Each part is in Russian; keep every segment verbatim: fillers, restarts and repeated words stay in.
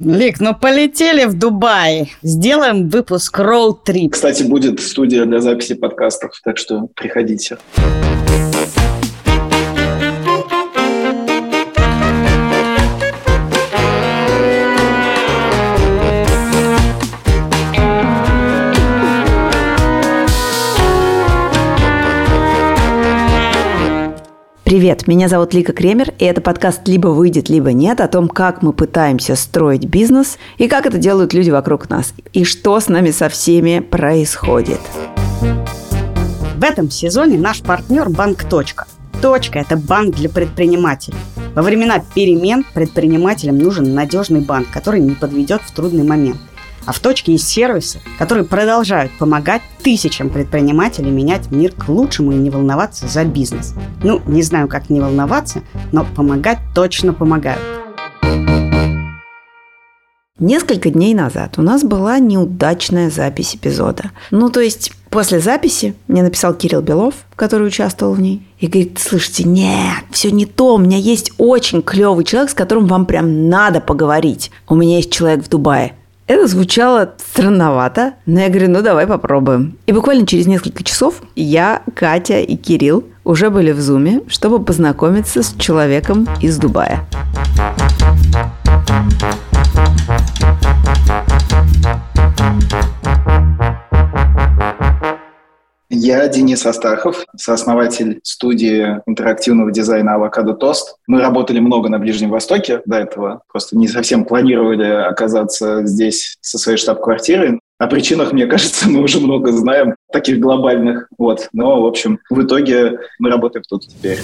Лик, ну полетели в Дубай. Сделаем выпуск роуд-трип. Кстати, будет студия для записи подкастов, так что приходите. Привет, меня зовут Лика Кремер, и это подкаст «Либо выйдет, либо нет» о том, как мы пытаемся строить бизнес и как это делают люди вокруг нас, и что с нами со всеми происходит. В этом сезоне наш партнер Банк Точка. Точка – это банк для предпринимателей. Во времена перемен предпринимателям нужен надежный банк, который не подведет в трудный момент. А в Точке есть сервисы, которые продолжают помогать тысячам предпринимателей менять мир к лучшему и не волноваться за бизнес. Ну, не знаю, как не волноваться, но помогать точно помогают. Несколько дней назад у нас была неудачная запись эпизода. Ну, то есть, после записи мне написал Кирилл Белов, который участвовал в ней, и говорит: слушайте, нет, все не то, у меня есть очень клевый человек, с которым вам прям надо поговорить. У меня есть человек в Дубае. Это звучало странновато, но я говорю, ну давай попробуем. И буквально через несколько часов я, Катя и Кирилл уже были в Зуме, чтобы познакомиться с человеком из Дубая. Я Денис Астахов, сооснователь студии интерактивного дизайна «Авокадо Тост». Мы работали много на Ближнем Востоке до этого, просто не совсем планировали оказаться здесь со своей штаб-квартирой. О причинах, мне кажется, мы уже много знаем, таких глобальных. Вот. Но, в общем, в итоге мы работаем тут теперь.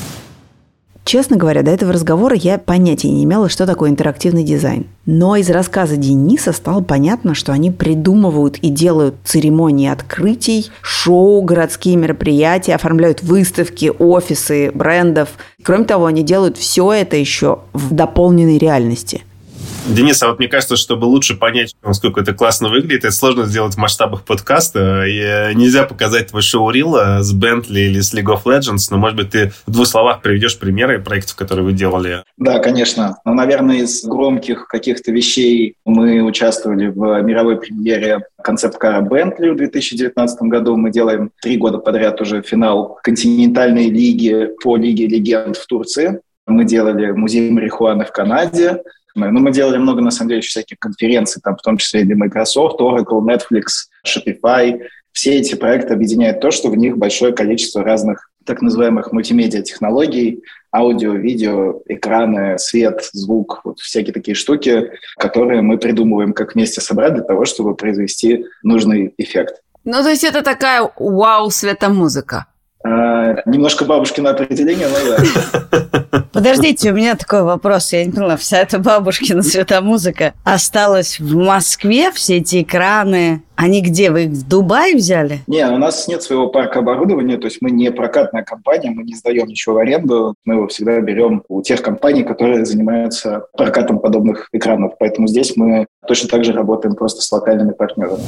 Честно говоря, до этого разговора я понятия не имела, что такое интерактивный дизайн. Но из рассказа Дениса стало понятно, что они придумывают и делают церемонии открытий, шоу, городские мероприятия, оформляют выставки, офисы, брендов. Кроме того, они делают все это еще в дополненной реальности. Денис, а вот мне кажется, чтобы лучше понять, насколько это классно выглядит, это сложно сделать в масштабах подкаста. И нельзя показать твой шоу-рил с Bentley или с League of Legends, но, может быть, ты в двух словах приведешь примеры проектов, которые вы делали? Да, конечно. Ну, наверное, из громких каких-то вещей мы участвовали в мировой премьере концепт-кара Bentley в две тысячи девятнадцатом году. Мы делаем три года подряд уже финал континентальной лиги по Лиге легенд в Турции. Мы делали музей марихуаны в Канаде. Ну, мы делали много, на самом деле, еще всяких конференций, там, в том числе и для Microsoft, Oracle, Netflix, Shopify. Все эти проекты объединяют то, что в них большое количество разных так называемых мультимедиа-технологий, аудио, видео, экраны, свет, звук, вот всякие такие штуки, которые мы придумываем, как вместе собрать для того, чтобы произвести нужный эффект. Ну, то есть это такая вау-светомузыка. А, немножко бабушкино определение, но да. Подождите, у меня такой вопрос. Я не поняла, вся эта бабушкина светомузыка осталась в Москве, все эти экраны. Они где? Вы их в Дубае взяли? Не, у нас нет своего парка оборудования, то есть мы не прокатная компания, мы не сдаем ничего в аренду. Мы его всегда берем у тех компаний, которые занимаются прокатом подобных экранов. Поэтому здесь мы точно так же работаем просто с локальными партнерами.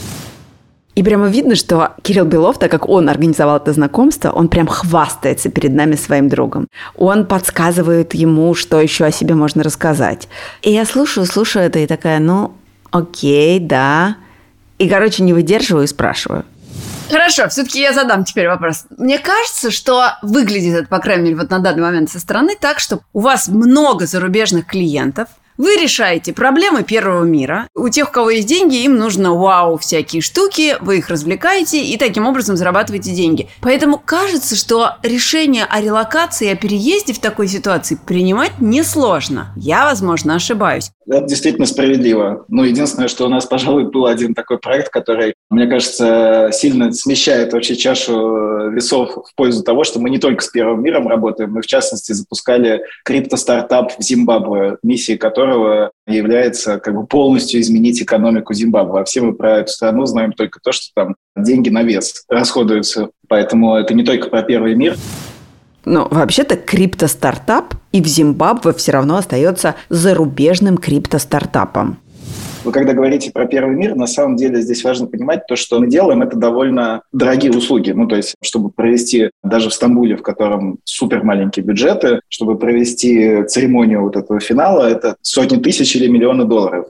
И прямо видно, что Кирилл Белов, так как он организовал это знакомство, он прям хвастается перед нами своим другом. Он подсказывает ему, что еще о себе можно рассказать. И я слушаю, слушаю это и такая, ну, окей, да. И, короче, не выдерживаю и спрашиваю. Хорошо, все-таки я задам теперь вопрос. Мне кажется, что выглядит это, по крайней мере, вот на данный момент со стороны так, что у вас много зарубежных клиентов, вы решаете проблемы первого мира. У тех, у кого есть деньги, им нужно вау, всякие штуки, вы их развлекаете и таким образом зарабатываете деньги. Поэтому кажется, что решение о релокации, о переезде в такой ситуации принимать несложно. Я, возможно, ошибаюсь. Это действительно справедливо. Ну, единственное, что у нас, пожалуй, был один такой проект, который, мне кажется, сильно смещает вообще чашу весов в пользу того, что мы не только с первым миром работаем, мы, в частности, запускали крипто-стартап в Зимбабве, миссией которого является как бы полностью изменить экономику Зимбабве. А все мы про эту страну знаем только то, что там деньги на вес расходуются. Поэтому это не только про первый мир. Ну, вообще-то крипто-стартап и в Зимбабве все равно остается зарубежным крипто-стартапом. Вы когда говорите про первый мир, на самом деле здесь важно понимать то, что мы делаем, это довольно дорогие услуги. Ну, то есть, чтобы провести даже в Стамбуле, в котором супер маленькие бюджеты, чтобы провести церемонию вот этого финала, это сотни тысяч или миллионы долларов.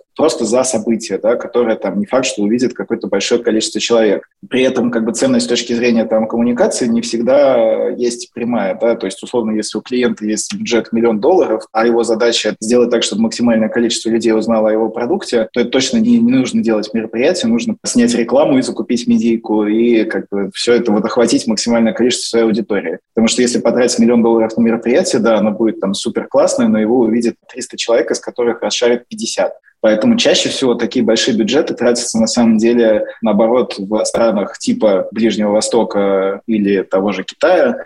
просто за событие, да, которое там не факт, что увидит какое-то большое количество человек. При этом как бы ценность с точки зрения там коммуникации не всегда есть прямая, да, то есть условно, если у клиента есть бюджет миллион долларов, а его задача сделать так, чтобы максимальное количество людей узнало о его продукте, то это точно не, не нужно делать мероприятие, нужно снять рекламу и закупить медийку и как бы все это вот охватить максимальное количество своей аудитории. Потому что если потратить миллион долларов на мероприятие, да, оно будет там супер классное, но его увидит триста человек, из которых расшарит пятьдесят. Поэтому чаще всего такие большие бюджеты тратятся на самом деле, наоборот, в странах типа Ближнего Востока или того же Китая,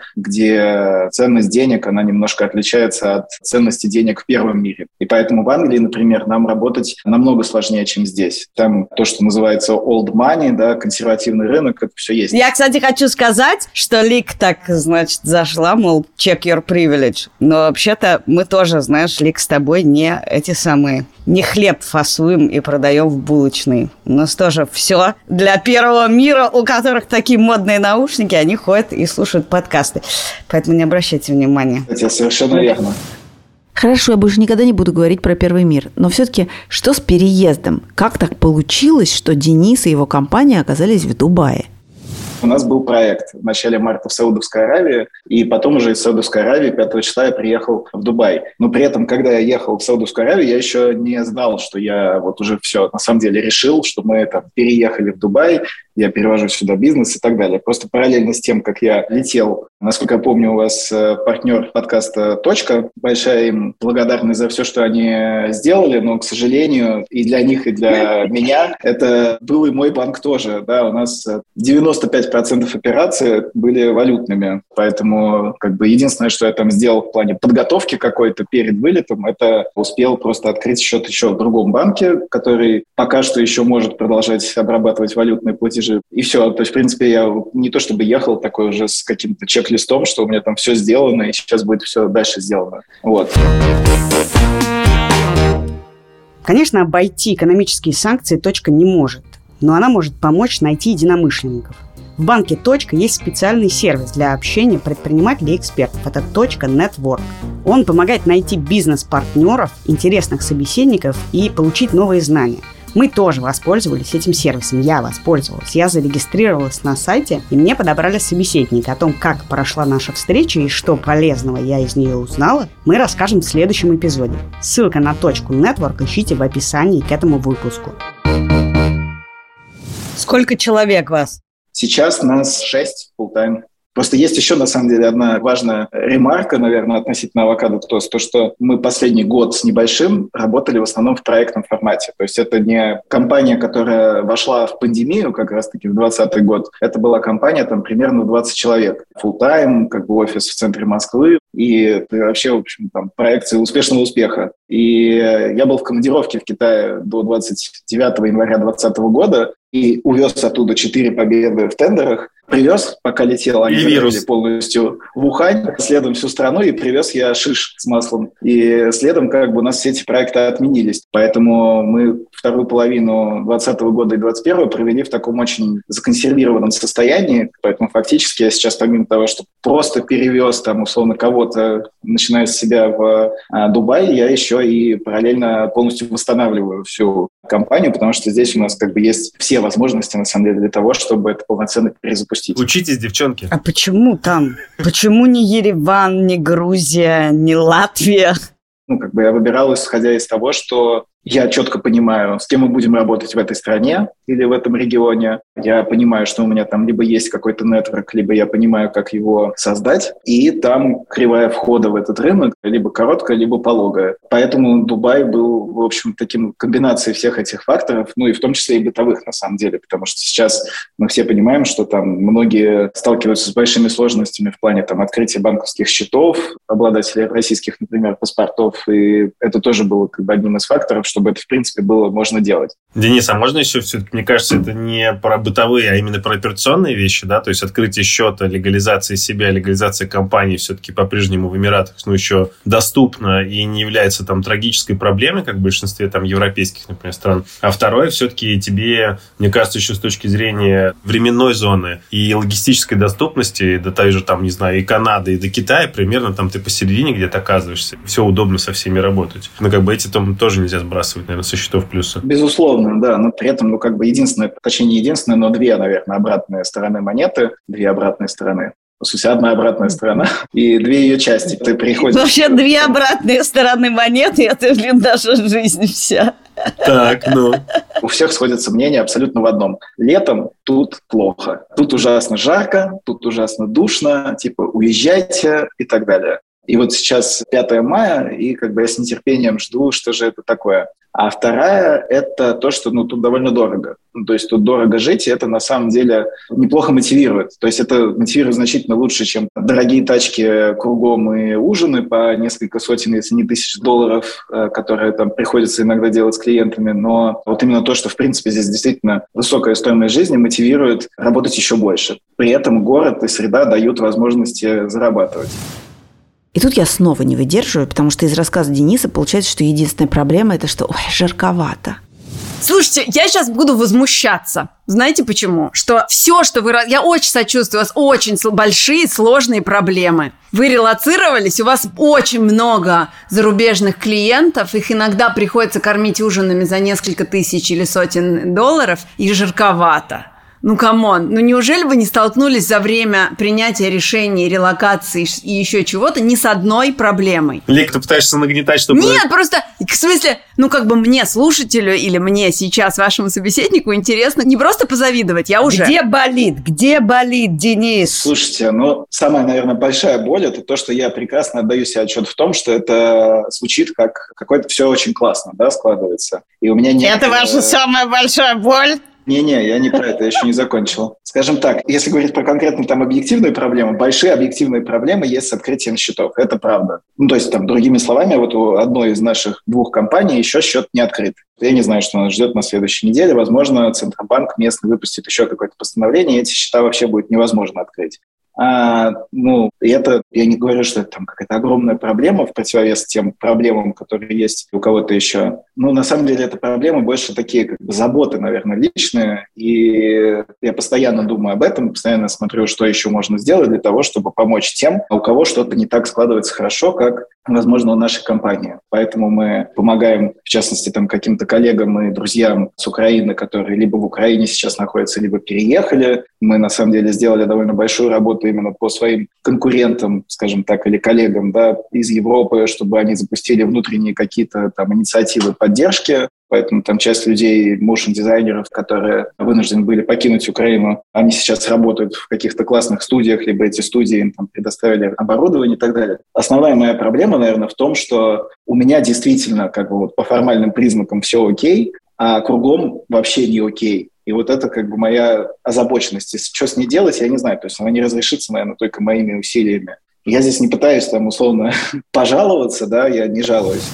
где ценность денег, она немножко отличается от ценности денег в первом мире. И поэтому в Англии, например, нам работать намного сложнее, чем здесь. Там то, что называется old money, да, консервативный рынок, это все есть. Я, кстати, хочу сказать, что Лик так, значит, зашла, мол, check your privilege. Но вообще-то мы тоже, знаешь, Лик, с тобой не эти самые, не хлеб фасуем и продаем в булочные. У нас тоже все для первого мира, у которых такие модные наушники, они ходят и слушают подкасты. Поэтому не обращайте внимания. Это совершенно верно. Хорошо, я больше никогда не буду говорить про первый мир. Но все-таки что с переездом? Как так получилось, что Денис и его компания оказались в Дубае? У нас был проект в начале марта в Саудовской Аравии, и потом уже из Саудовской Аравии пятого числа я приехал в Дубай. Но при этом, когда я ехал в Саудовскую Аравию, я еще не знал, что я вот уже все на самом деле решил, что мы там переехали в Дубай, я перевожу сюда бизнес и так далее. Просто параллельно с тем, как я летел, насколько я помню, у вас партнер подкаста «Точка». Большая им благодарность за все, что они сделали, но, к сожалению, и для них, и для меня это был и мой банк тоже. Да, у нас девяносто пять процентов операций были валютными. Поэтому как бы единственное, что я там сделал в плане подготовки какой-то перед вылетом, это успел просто открыть счет еще в другом банке, который пока что еще может продолжать обрабатывать валютные платежи. И все. То есть, в принципе, я не то чтобы ехал такой уже с каким-то чек-листом, что у меня там все сделано, и сейчас будет все дальше сделано. Вот. Конечно, обойти экономические санкции «Точка» не может, но она может помочь найти единомышленников. В банке «Точка» есть специальный сервис для общения предпринимателей и экспертов. Это «Точка Network». Он помогает найти бизнес-партнеров, интересных собеседников и получить новые знания. Мы тоже воспользовались этим сервисом. Я воспользовалась. Я зарегистрировалась на сайте, и мне подобрали собеседника. О том, как прошла наша встреча и что полезного я из нее узнала, мы расскажем в следующем эпизоде. Ссылка на «Точку Network» ищите в описании к этому выпуску. Сколько человек вас? Сейчас нас шесть full-time. Просто есть еще, на самом деле, одна важная ремарка, наверное, относительно Avocado Toast, то, что мы последний год с небольшим работали в основном в проектном формате. То есть это не компания, которая вошла в пандемию как раз-таки в двадцатый год. Это была компания там примерно двадцать человек. Full-time, как бы офис в центре Москвы. И вообще, в общем, там проекция успешного успеха. И я был в командировке в Китае до двадцать девятого января двадцатого года и увез оттуда четыре победы в тендерах. Привез, пока летел, они закрыли полностью в Ухань, следом всю страну, и привез я шиш с маслом. И следом как бы у нас все эти проекты отменились. Поэтому мы вторую половину двадцатого года и двадцать первого провели в таком очень законсервированном состоянии. Поэтому фактически я сейчас, помимо того, что просто перевез там условно кого-то, начиная с себя в а, Дубай, я еще и параллельно полностью восстанавливаю всю компанию, потому что здесь у нас как бы есть все возможности, на самом деле, для того, чтобы это полноценно перезапустить. Учитесь, девчонки. А почему там? Почему не Ереван, не Грузия, не Латвия? Ну, как бы я выбирал, исходя из того, что я четко понимаю, с кем мы будем работать в этой стране или в этом регионе. Я понимаю, что у меня там либо есть какой-то нетворк, либо я понимаю, как его создать. И там кривая входа в этот рынок либо короткая, либо пологая. Поэтому Дубай был, в общем, таким комбинацией всех этих факторов, ну и в том числе и бытовых, на самом деле. Потому что сейчас мы все понимаем, что там многие сталкиваются с большими сложностями в плане там открытия банковских счетов, обладателей российских, например, паспортов. И это тоже было как бы одним из факторов, чтобы это, в принципе, было можно делать. Денис, а можно еще все-таки, мне кажется, это не про бытовые, а именно про операционные вещи, да, то есть открытие счета, легализация себя, легализация компании все-таки по-прежнему в Эмиратах, ну, еще доступно и не является там трагической проблемой, как в большинстве там европейских, например, стран. А второе, все-таки тебе, мне кажется, еще с точки зрения временной зоны и логистической доступности до той же там, не знаю, и Канады, и до Китая, примерно там ты посередине где-то оказываешься. Все удобно со всеми работать. Но как бы эти там тоже нельзя сбрасывать, наверное, со счетов плюса. Безусловно. Да, но при этом, ну, как бы единственное, точнее, не единственное, но две, наверное, обратные стороны монеты, две обратные стороны. В смысле, одна обратная сторона и две ее части. Ты приходишь... Вообще, две обратные стороны монеты, это, блин, наша жизнь вся. Так, ну... У всех сходятся мнения абсолютно в одном. Летом тут плохо. Тут ужасно жарко, тут ужасно душно, типа, уезжайте и так далее. И вот сейчас пятое мая, и как бы я с нетерпением жду, что же это такое. А вторая – это то, что ну, тут довольно дорого. Ну, то есть тут дорого жить, и это на самом деле неплохо мотивирует. То есть это мотивирует значительно лучше, чем дорогие тачки кругом и ужины по несколько сотен, если не тысяч долларов, которые там приходится иногда делать с клиентами. Но вот именно то, что в принципе здесь действительно высокая стоимость жизни, мотивирует работать еще больше. При этом город и среда дают возможности зарабатывать. И тут я снова не выдерживаю, потому что из рассказа Дениса получается, что единственная проблема – это что, ой, жарковато. Слушайте, я сейчас буду возмущаться. Знаете почему? Что все, что вы... Я очень сочувствую, у вас очень большие, сложные проблемы. Вы релоцировались, у вас очень много зарубежных клиентов, их иногда приходится кормить ужинами за несколько тысяч или сотен долларов, и жарковато. Ну, камон, ну неужели вы не столкнулись за время принятия решений, релокации и еще чего-то ни с одной проблемой? Лик, ты пытаешься нагнетать, чтобы... Нет, просто, в смысле, ну как бы мне, слушателю, или мне сейчас, вашему собеседнику, интересно не просто позавидовать, я уже... Где болит? Где болит, Денис? Слушайте, ну, самая, наверное, большая боль – это то, что я прекрасно отдаю себе отчет в том, что это звучит как какое-то все очень классно, да, складывается. И у меня нет... Это ваша самая большая боль? Не-не, я не про это, я еще не закончил. Скажем так, если говорить про конкретные там объективные проблемы, большие объективные проблемы есть с открытием счетов, это правда. Ну, то есть, там, другими словами, вот у одной из наших двух компаний еще счет не открыт. Я не знаю, что нас ждет на следующей неделе. Возможно, Центробанк местный выпустит еще какое-то постановление, и эти счета вообще будет невозможно открыть. А, ну, и это, я не говорю, что это там какая-то огромная проблема в противовес тем проблемам, которые есть у кого-то еще. Ну, на самом деле, это проблемы больше такие, как бы, заботы, наверное, личные. И я постоянно думаю об этом, постоянно смотрю, что еще можно сделать для того, чтобы помочь тем, у кого что-то не так складывается хорошо, как, возможно, у нашей компании. Поэтому мы помогаем, в частности, там, каким-то коллегам и друзьям с Украины, которые либо в Украине сейчас находятся, либо переехали. Мы, на самом деле, сделали довольно большую работу именно по своим конкурентам, скажем так, или коллегам, да, из Европы, чтобы они запустили внутренние какие-то там инициативы поддержки. Поэтому там часть людей, моушн-дизайнеров, которые вынуждены были покинуть Украину, они сейчас работают в каких-то классных студиях, либо эти студии им там предоставили оборудование и так далее. Основная моя проблема, наверное, в том, что у меня действительно как бы вот по формальным признакам все окей, а кругом вообще не окей. И вот это как бы моя озабоченность. И что с ней делать, я не знаю. То есть она не разрешится, наверное, только моими усилиями. Я здесь не пытаюсь там условно пожаловаться, да, я не жалуюсь.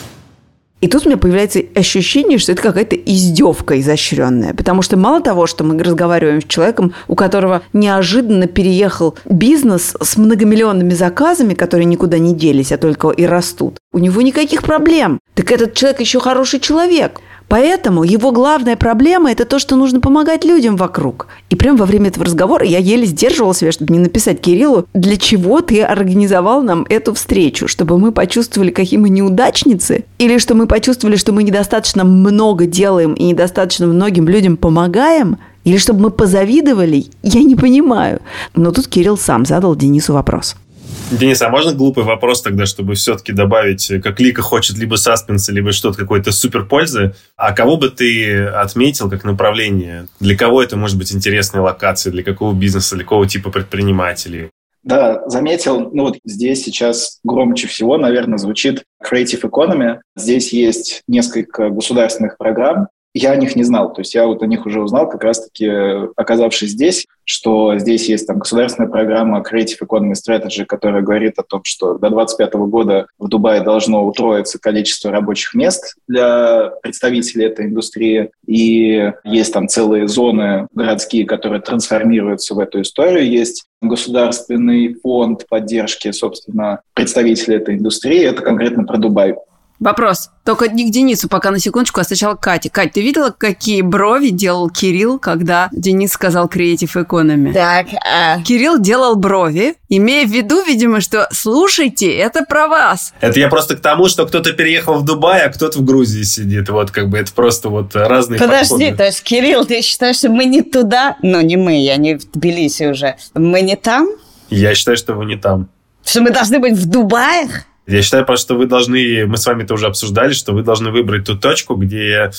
И тут у меня появляется ощущение, что это какая-то издевка изощренная. Потому что мало того, что мы разговариваем с человеком, у которого неожиданно переехал бизнес с многомиллионными заказами, которые никуда не делись, а только и растут, у него никаких проблем. Так этот человек еще хороший человек. Поэтому его главная проблема – это то, что нужно помогать людям вокруг. И прямо во время этого разговора я еле сдерживала себя, чтобы не написать Кириллу, для чего ты организовал нам эту встречу? Чтобы мы почувствовали, какие мы неудачницы? Или что мы почувствовали, что мы недостаточно много делаем и недостаточно многим людям помогаем? Или чтобы мы позавидовали? Я не понимаю. Но тут Кирилл сам задал Денису вопрос. Денис, а можно глупый вопрос тогда, чтобы все-таки добавить, как Лика хочет либо саспенса, либо что-то, какой-то суперпользы? А кого бы ты отметил как направление? Для кого это может быть интересная локация? Для какого бизнеса? Для какого типа предпринимателей? Да, заметил, ну вот здесь сейчас громче всего, наверное, звучит Creative Economy. Здесь есть несколько государственных программ, я о них не знал. То есть я вот о них уже узнал, как раз-таки оказавшись здесь, что здесь есть там государственная программа Creative Economy Strategy, которая говорит о том, что до двадцать пятого года в Дубае должно утроиться количество рабочих мест для представителей этой индустрии. И есть там целые зоны городские, которые трансформируются в эту историю. Есть государственный фонд поддержки, собственно, представителей этой индустрии. Это конкретно про Дубай. Вопрос. Только не к Денису, пока на секундочку, а сначала к Кате. Кать, ты видела, какие брови делал Кирилл, когда Денис сказал Creative Economy? Так, а... Кирилл делал брови, имея в виду, видимо, что слушайте, это про вас. Это я просто к тому, что кто-то переехал в Дубай, а кто-то в Грузии сидит. Вот как бы это просто вот разные Подожди, подходы. то есть, Кирилл, ты считаешь, что мы не туда? Ну, не мы, я не в Тбилиси уже. Мы не там? Я считаю, что вы не там. Что мы должны быть в Дубаях? Я считаю, просто, что вы должны, мы с вами это уже обсуждали, что вы должны выбрать ту точку, где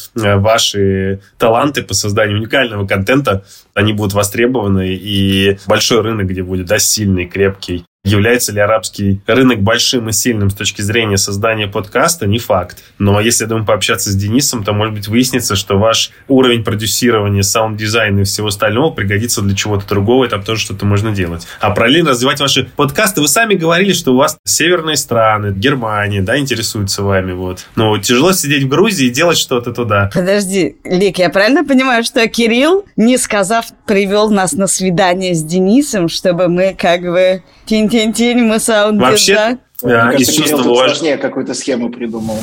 ваши таланты по созданию уникального контента, они будут востребованы, и большой рынок, где будет, да, сильный, крепкий. Является ли арабский рынок большим и сильным с точки зрения создания подкаста, не факт. Но если, я думаю, пообщаться с Денисом, то, может быть, выяснится, что ваш уровень продюсирования, саунд-дизайна и всего остального пригодится для чего-то другого, и там тоже что-то можно делать. А параллельно развивать ваши подкасты. Вы сами говорили, что у вас северные страны, Германия, да, интересуются вами. Вот. Но тяжело сидеть в Грузии и делать что-то туда. Подожди, Лик, я правильно понимаю, что Кирилл, не сказав, привел нас на свидание с Денисом, чтобы мы как бы... Тинь-тинь-тинь, мы саунд-дизайн. Вообще, Мне из кажется, чувства Кирилл уваж- сложнее какую-то схему придумал.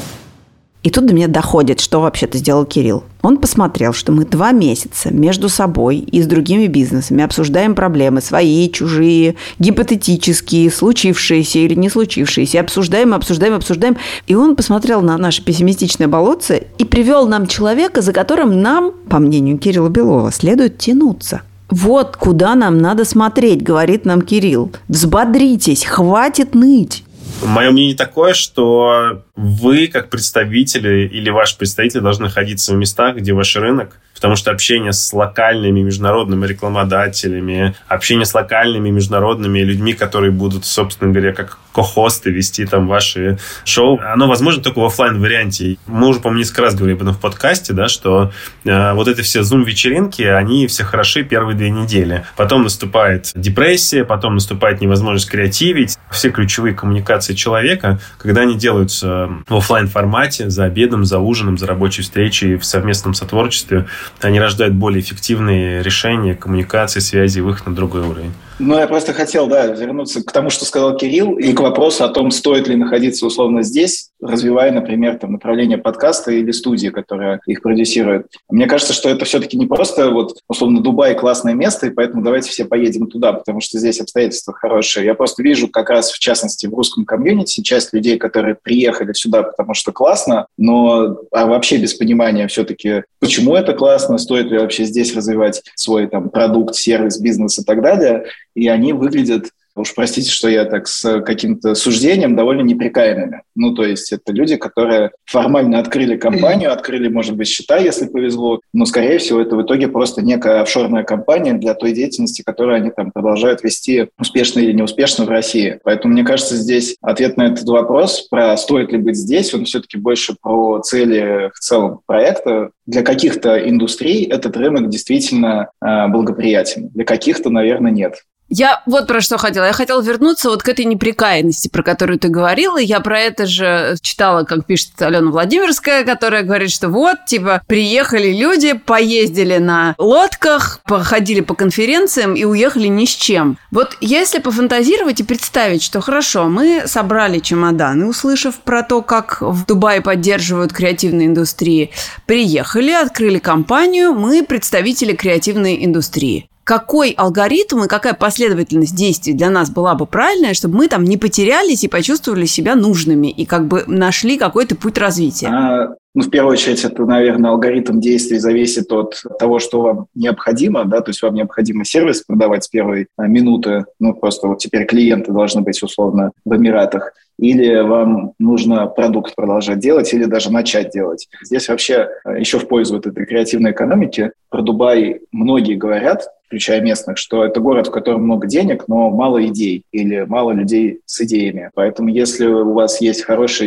И тут до меня доходит, что вообще-то сделал Кирилл. Он посмотрел, что мы два месяца между собой и с другими бизнесами обсуждаем проблемы свои, чужие, гипотетические, случившиеся или не случившиеся. Обсуждаем, обсуждаем, обсуждаем. И он посмотрел на наше пессимистичное болотце и привел нам человека, за которым нам, по мнению Кирилла Белова, следует тянуться. Вот куда нам надо смотреть, говорит нам Кирилл. Взбодритесь, хватит ныть. Мое мнение такое, что вы, как представители или ваш представитель, должны находиться в местах, где ваш рынок, потому что общение с локальными международными рекламодателями, общение с локальными международными людьми, которые будут, собственно говоря, как ко-хосты вести там ваши шоу, оно возможно только в офлайн-варианте. Мы уже, по-моему, несколько раз говорили об этом в подкасте, да, что э, вот эти все зум-вечеринки, они все хороши первые две недели. Потом наступает депрессия, потом наступает невозможность креативить. Все ключевые коммуникации человека, когда они делаются в офлайн-формате, за обедом, за ужином, за рабочей встречей, в совместном сотворчестве, они рождают более эффективные решения, коммуникации, связи, выход на другой уровень. Ну, я просто хотел, да, вернуться к тому, что сказал Кирилл, и к вопросу о том, стоит ли находиться условно здесь, развивая, например, там, направление подкаста или студии, которая их продюсирует. Мне кажется, что это все-таки не просто, вот, условно, Дубай – классное место, и поэтому давайте все поедем туда, потому что здесь обстоятельства хорошие. Я просто вижу как раз, в частности, в русском комьюнити часть людей, которые приехали сюда, потому что классно, но а вообще без понимания все-таки, почему это классно, стоит ли вообще здесь развивать свой там продукт, сервис, бизнес и так далее. И они выглядят, уж простите, что я так с каким-то суждением, довольно неприкаянными. Ну, то есть это люди, которые формально открыли компанию, открыли, может быть, счета, если повезло, но, скорее всего, это в итоге просто некая офшорная компания для той деятельности, которую они там продолжают вести успешно или неуспешно в России. Поэтому, мне кажется, здесь ответ на этот вопрос про стоит ли быть здесь, он все-таки больше про цели в целом проекта. Для каких-то индустрий этот рынок действительно э, благоприятен, для каких-то, наверное, нет. Я вот про что хотела. Я хотела вернуться вот к этой неприкаянности, про которую ты говорила. Я про это же читала, как пишет Алена Владимирская, которая говорит, что вот, типа, приехали люди, поездили на лодках, походили по конференциям и уехали ни с чем. Вот если пофантазировать и представить, что хорошо, мы собрали чемоданы, услышав про то, как в Дубае поддерживают креативные индустрии, приехали, открыли компанию, мы представители креативной индустрии. Какой алгоритм и какая последовательность действий для нас была бы правильная, чтобы мы там не потерялись и почувствовали себя нужными и как бы нашли какой-то путь развития? А, ну, в первую очередь, это, наверное, алгоритм действий зависит от того, что вам необходимо, да, то есть вам необходимо сервис продавать с первой минуты, ну, просто вот теперь клиенты должны быть, условно, в Эмиратах, или вам нужно продукт продолжать делать, или даже начать делать. Здесь вообще еще в пользу вот этой креативной экономики про Дубай многие говорят, включая местных, что это город, в котором много денег, но мало идей или мало людей с идеями. Поэтому если у вас есть хороший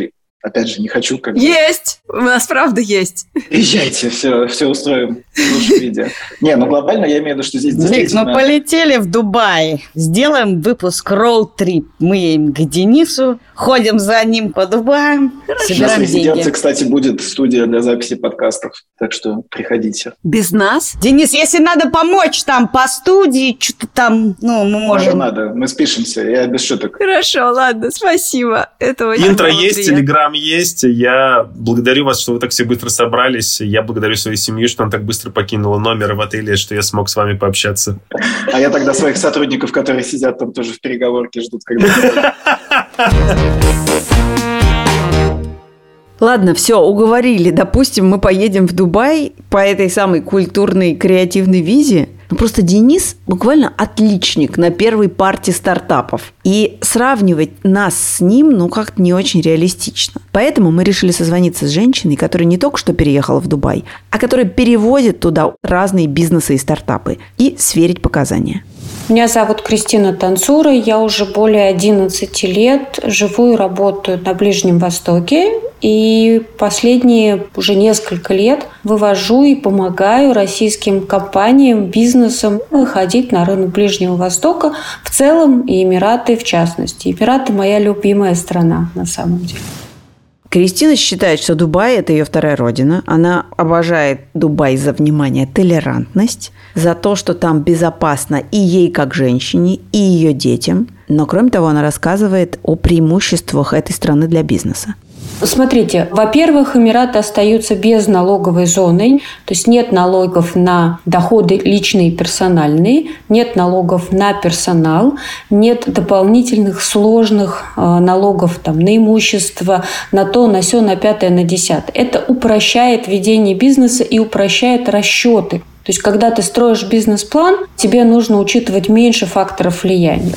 опять же, не хочу как бы... Есть! У нас правда есть. Приезжайте, все, все устроим в лучшем виде. Не, ну глобально я имею в виду, что здесь Ник, действительно... ну полетели в Дубай. Сделаем выпуск роуд-трип. Мы едем к Денису, ходим за ним по Дубаям, собираем У нас в резиденции, деньги. кстати, будет студия для записи подкастов, так что приходите. Без нас? Денис, если надо помочь там по студии, что-то там, ну, мы Можем. можем... Надо, мы спишемся, я без шуток. Хорошо, ладно, спасибо. Это очень Интро было есть, приятно. Телеграм есть. Я благодарю вас, что вы так все быстро собрались. Я благодарю свою семью, что она так быстро покинула номер в отеле, что я смог с вами пообщаться. А я тогда своих сотрудников, которые сидят там тоже в переговорке, ждут, когда... Ладно, все, уговорили. Допустим, мы поедем в Дубай по этой самой культурной креативной визе. Ну, просто Денис буквально отличник на первой партии стартапов. И сравнивать нас с ним, ну, как-то не очень реалистично. Поэтому мы решили созвониться с женщиной, которая не только что переехала в Дубай, а которая переводит туда разные бизнесы и стартапы, и сверить показания. Меня зовут Кристина Танцура, я уже более одиннадцати лет живу и работаю на Ближнем Востоке, и последние уже несколько лет вывожу и помогаю российским компаниям, бизнесам выходить на рынок Ближнего Востока в целом и Эмираты в частности. Эмираты – моя любимая страна на самом деле. Кристина считает, что Дубай – это ее вторая родина. Она обожает Дубай за, внимание, толерантность, за то, что там безопасно и ей как женщине, и ее детям. Но, кроме того, она рассказывает о преимуществах этой страны для бизнеса. Смотрите, во-первых, Эмираты остаются без налоговой зоны, то есть нет налогов на доходы личные и персональные, нет налогов на персонал, нет дополнительных сложных э, налогов там, на имущество, на то, на сё, на пятое, на десятое. Это упрощает ведение бизнеса и упрощает расчеты. То есть, когда ты строишь бизнес-план, тебе нужно учитывать меньше факторов влияния.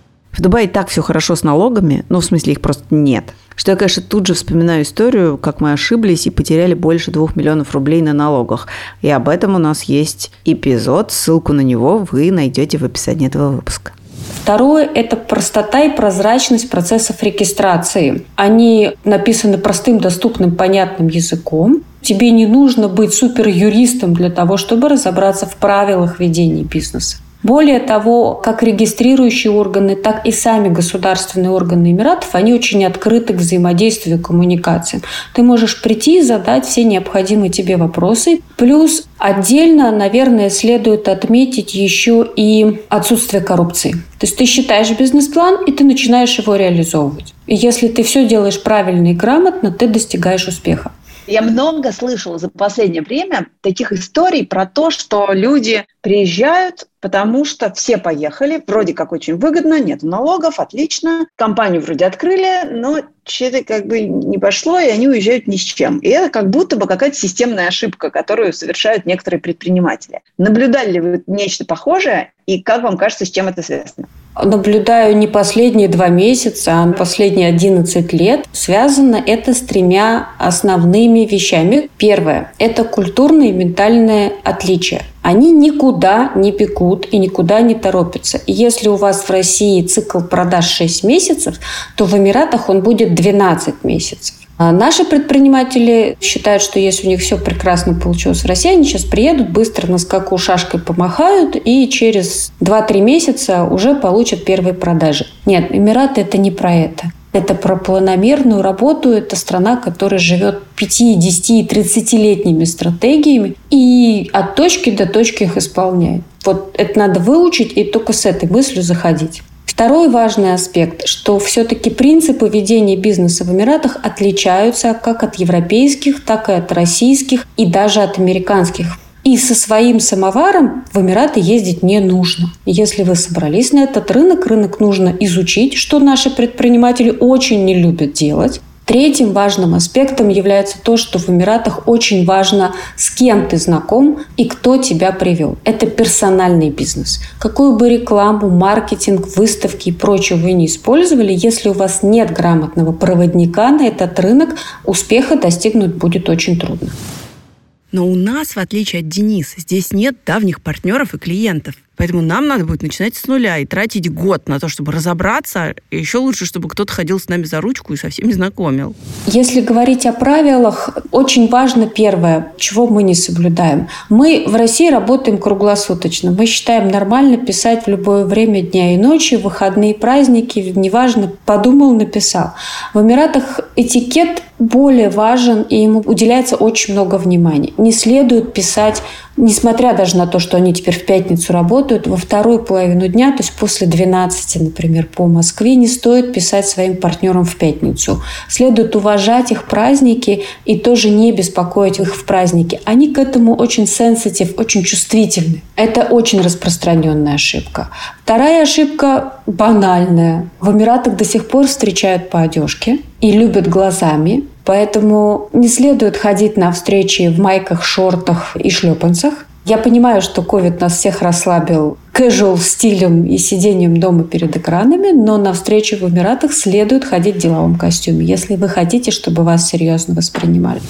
В Дубае так все хорошо с налогами, ну, в смысле, их просто нет. Что я, конечно, тут же вспоминаю историю, как мы ошиблись и потеряли больше двух миллионов рублей на налогах. И об этом у нас есть эпизод, ссылку на него вы найдете в описании этого выпуска. Второе – это простота и прозрачность процессов регистрации. Они написаны простым, доступным, понятным языком. Тебе не нужно быть суперюристом для того, чтобы разобраться в правилах ведения бизнеса. Более того, как регистрирующие органы, так и сами государственные органы Эмиратов, они очень открыты к взаимодействию и коммуникациям. Ты можешь прийти и задать все необходимые тебе вопросы. Плюс отдельно, наверное, следует отметить еще и отсутствие коррупции. То есть ты считаешь бизнес-план, и ты начинаешь его реализовывать. И если ты все делаешь правильно и грамотно, ты достигаешь успеха. Я много слышала за последнее время таких историй про то, что люди приезжают, потому что все поехали, вроде как очень выгодно, нет налогов, отлично, компанию вроде открыли, но что-то как бы не пошло, и они уезжают ни с чем. И это как будто бы какая-то системная ошибка, которую совершают некоторые предприниматели. Наблюдали ли вы нечто похожее, и как вам кажется, с чем это связано? Наблюдаю не последние два месяца, а последние одиннадцать лет. Связано это с тремя основными вещами. Первое – это культурное и ментальное отличие. Они никуда не бегут и никуда не торопятся. И если у вас в России цикл продаж шесть месяцев, то в Эмиратах он будет двенадцать месяцев. А наши предприниматели считают, что если у них все прекрасно получилось в России, они сейчас приедут, быстро на скаку шашкой помахают и через два-три месяца уже получат первые продажи. Нет, Эмираты – это не про это. Это про планомерную работу. Это страна, которая живет пяти, десяти и тридцатилетними стратегиями и от точки до точки их исполняет. Вот это надо выучить и только с этой мыслью заходить. Второй важный аспект, что все-таки принципы ведения бизнеса в Эмиратах отличаются как от европейских, так и от российских и даже от американских. И со своим самоваром в Эмираты ездить не нужно. Если вы собрались на этот рынок, рынок нужно изучить, что наши предприниматели очень не любят делать. Третьим важным аспектом является то, что в Эмиратах очень важно, с кем ты знаком и кто тебя привел. Это персональный бизнес. Какую бы рекламу, маркетинг, выставки и прочее вы не использовали, если у вас нет грамотного проводника на этот рынок, успеха достигнуть будет очень трудно. Но у нас, в отличие от Дениса, здесь нет давних партнеров и клиентов. Поэтому нам надо будет начинать с нуля и тратить год на то, чтобы разобраться. И еще лучше, чтобы кто-то ходил с нами за ручку и со всеми знакомил. Если говорить о правилах, очень важно первое, чего мы не соблюдаем. Мы в России работаем круглосуточно. Мы считаем нормально писать в любое время дня и ночи, в выходные, праздники, неважно, подумал, написал. В Эмиратах этикет более важен, и ему уделяется очень много внимания. Не следует писать, несмотря даже на то, что они теперь в пятницу работают, во вторую половину дня, то есть после двенадцати, например, по Москве, не стоит писать своим партнерам в пятницу. Следует уважать их праздники и тоже не беспокоить их в праздники. Они к этому очень сенситив, очень чувствительны. Это очень распространенная ошибка. Вторая ошибка банальная. В Эмиратах до сих пор встречают по одежке и любят глазами. Поэтому не следует ходить на встречи в майках, шортах и шлепанцах. Я понимаю, что ковид нас всех расслабил casual стилем и сидением дома перед экранами, но на встречи в Эмиратах следует ходить в деловом костюме, если вы хотите, чтобы вас серьезно воспринимали.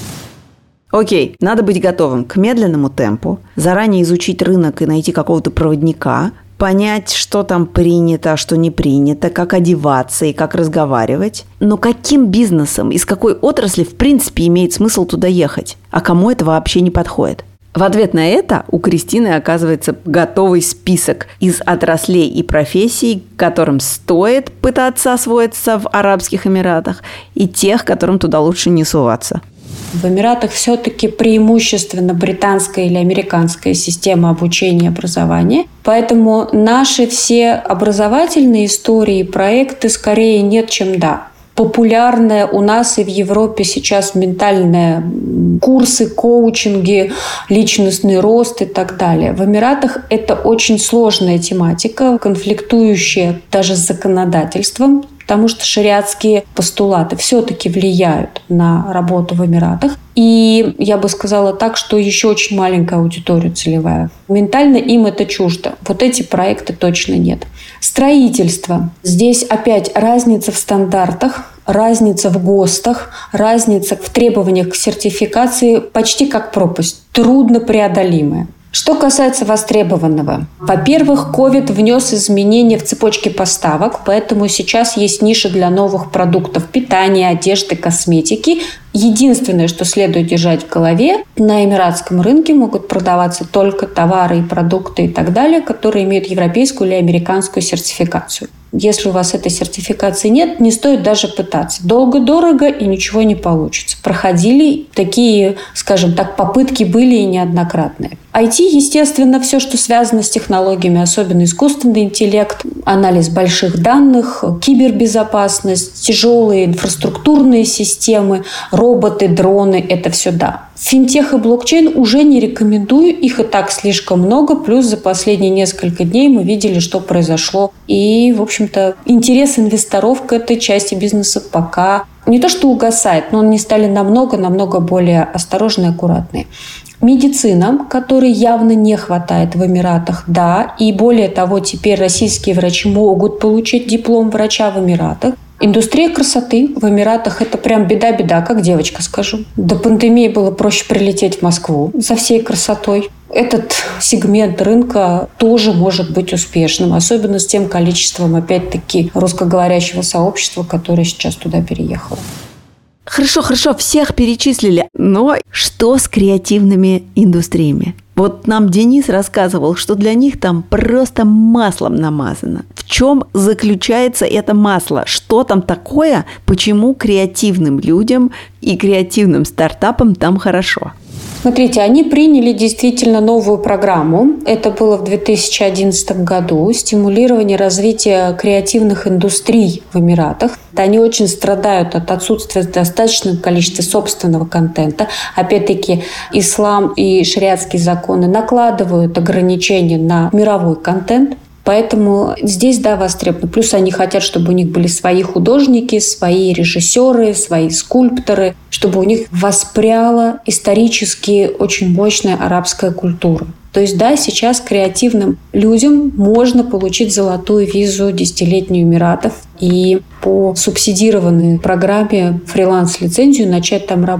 Окей, надо быть готовым к медленному темпу, заранее изучить рынок и найти какого-то проводника, понять, что там принято, а что не принято, как одеваться и как разговаривать. Но каким бизнесом, из какой отрасли в принципе имеет смысл туда ехать? А кому это вообще не подходит? В ответ на это у Кристины оказывается готовый список из отраслей и профессий, которым стоит пытаться освоиться в Арабских Эмиратах, и тех, которым туда лучше не суваться. В Эмиратах все-таки преимущественно британская или американская система обучения и образования. Поэтому наши все образовательные истории, проекты скорее нет, чем да. Популярная у нас и в Европе сейчас ментальные курсы, коучинги, личностный рост и так далее. В Эмиратах это очень сложная тематика, конфликтующая даже с законодательством, потому что шариатские постулаты все-таки влияют на работу в Эмиратах. И я бы сказала так, что еще очень маленькая аудитория целевая. Ментально им это чуждо. Вот эти проекты точно нет. Строительство. Здесь опять разница в стандартах, разница в ГОСТах, разница в требованиях к сертификации почти как пропасть, трудно преодолимая. Что касается востребованного. Во-первых, ковид внес изменения в цепочке поставок, поэтому сейчас есть ниша для новых продуктов питания, одежды, косметики. Единственное, что следует держать в голове, на эмиратском рынке могут продаваться только товары и продукты и так далее, которые имеют европейскую или американскую сертификацию. Если у вас этой сертификации нет, не стоит даже пытаться. Долго-дорого и ничего не получится. Проходили такие, скажем так, попытки были и неоднократные. ай ти, естественно, все, что связано с технологиями, особенно искусственный интеллект, анализ больших данных, кибербезопасность, тяжелые инфраструктурные системы, роботы, дроны – это все да. Финтех и блокчейн уже не рекомендую, их и так слишком много, плюс за последние несколько дней мы видели, что произошло. И, в общем-то, интерес инвесторов к этой части бизнеса пока не то что угасает, но они стали намного-намного более осторожны и аккуратны. Медицина, которой явно не хватает в Эмиратах, да, и более того, теперь российские врачи могут получить диплом врача в Эмиратах. Индустрия красоты в Эмиратах – это прям беда-беда, как девочка скажу. До пандемии было проще прилететь в Москву за всей красотой. Этот сегмент рынка тоже может быть успешным, особенно с тем количеством, опять-таки, русскоговорящего сообщества, которое сейчас туда переехало. Хорошо, хорошо, всех перечислили. Но что с креативными индустриями? Вот нам Денис рассказывал, что для них там просто маслом намазано. В чем заключается это масло? Что там такое? Почему креативным людям и креативным стартапам там хорошо? Смотрите, они приняли действительно новую программу. Это было в две тысячи одиннадцатом году. Стимулирование развития креативных индустрий в Эмиратах. Они очень страдают от отсутствия достаточного количества собственного контента. Опять-таки, ислам и шариатские законы накладывают ограничения на мировой контент. Поэтому здесь, да, востребовано. Плюс они хотят, чтобы у них были свои художники, свои режиссеры, свои скульпторы, чтобы у них воспряла исторически очень мощная арабская культура. То есть, да, сейчас креативным людям можно получить золотую визу десятилетнюю Эмиратов и по субсидированной программе фриланс-лицензию начать там работать.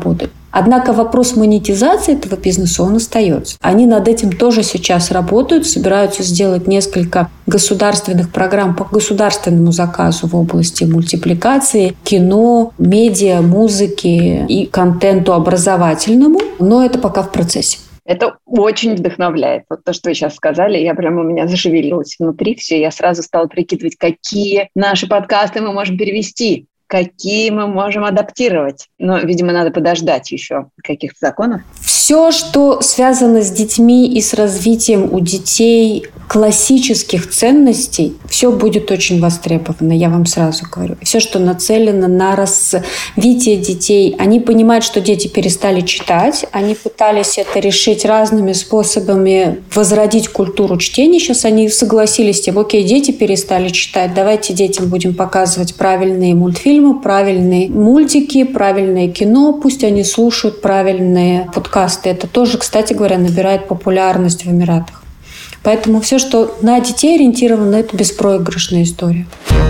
Однако вопрос монетизации этого бизнеса, он остается. Они над этим тоже сейчас работают, собираются сделать несколько государственных программ по государственному заказу в области мультипликации, кино, медиа, музыки и контенту образовательному, но это пока в процессе. Это очень вдохновляет. Вот то, что вы сейчас сказали, я прямо у меня зашевелилось внутри все. Я сразу стала прикидывать, какие наши подкасты мы можем перевести, какие мы можем адаптировать. Но, видимо, надо подождать еще каких-то законов. Все, что связано с детьми и с развитием у детей классических ценностей, все будет очень востребовано, я вам сразу говорю. Все, что нацелено на развитие детей. Они понимают, что дети перестали читать, они пытались это решить разными способами, возродить культуру чтения. Сейчас они согласились с тем, окей, дети перестали читать, давайте детям будем показывать правильные мультфильмы, правильные мультики, правильное кино, пусть они слушают правильные подкасты. Это тоже, кстати говоря, набирает популярность в Эмиратах. Поэтому все, что на детей ориентировано, это беспроигрышная история.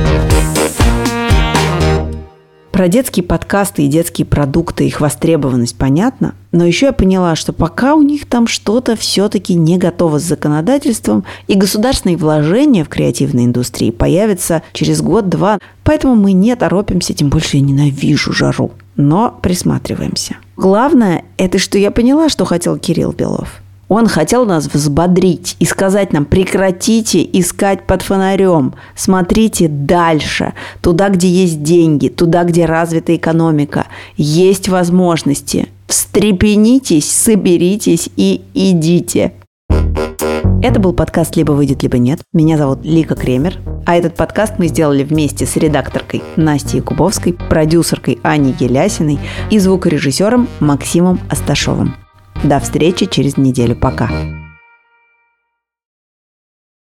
Про детские подкасты и детские продукты, их востребованность понятно, но еще я поняла, что пока у них там что-то все-таки не готово с законодательством, и государственные вложения в креативной индустрии появятся через год-два, поэтому мы не торопимся, тем больше я ненавижу жару, но присматриваемся. Главное, это что я поняла, что хотел Кирилл Белов. Он хотел нас взбодрить и сказать нам: прекратите искать под фонарем, смотрите дальше, туда, где есть деньги, туда, где развита экономика, есть возможности. Встрепенитесь, соберитесь и идите. Это был подкаст «Либо выйдет, либо нет». Меня зовут Лика Кремер, а этот подкаст мы сделали вместе с редакторкой Настей Якубовской, продюсеркой Аней Елясиной и звукорежиссером Максимом Асташовым. До встречи через неделю. Пока.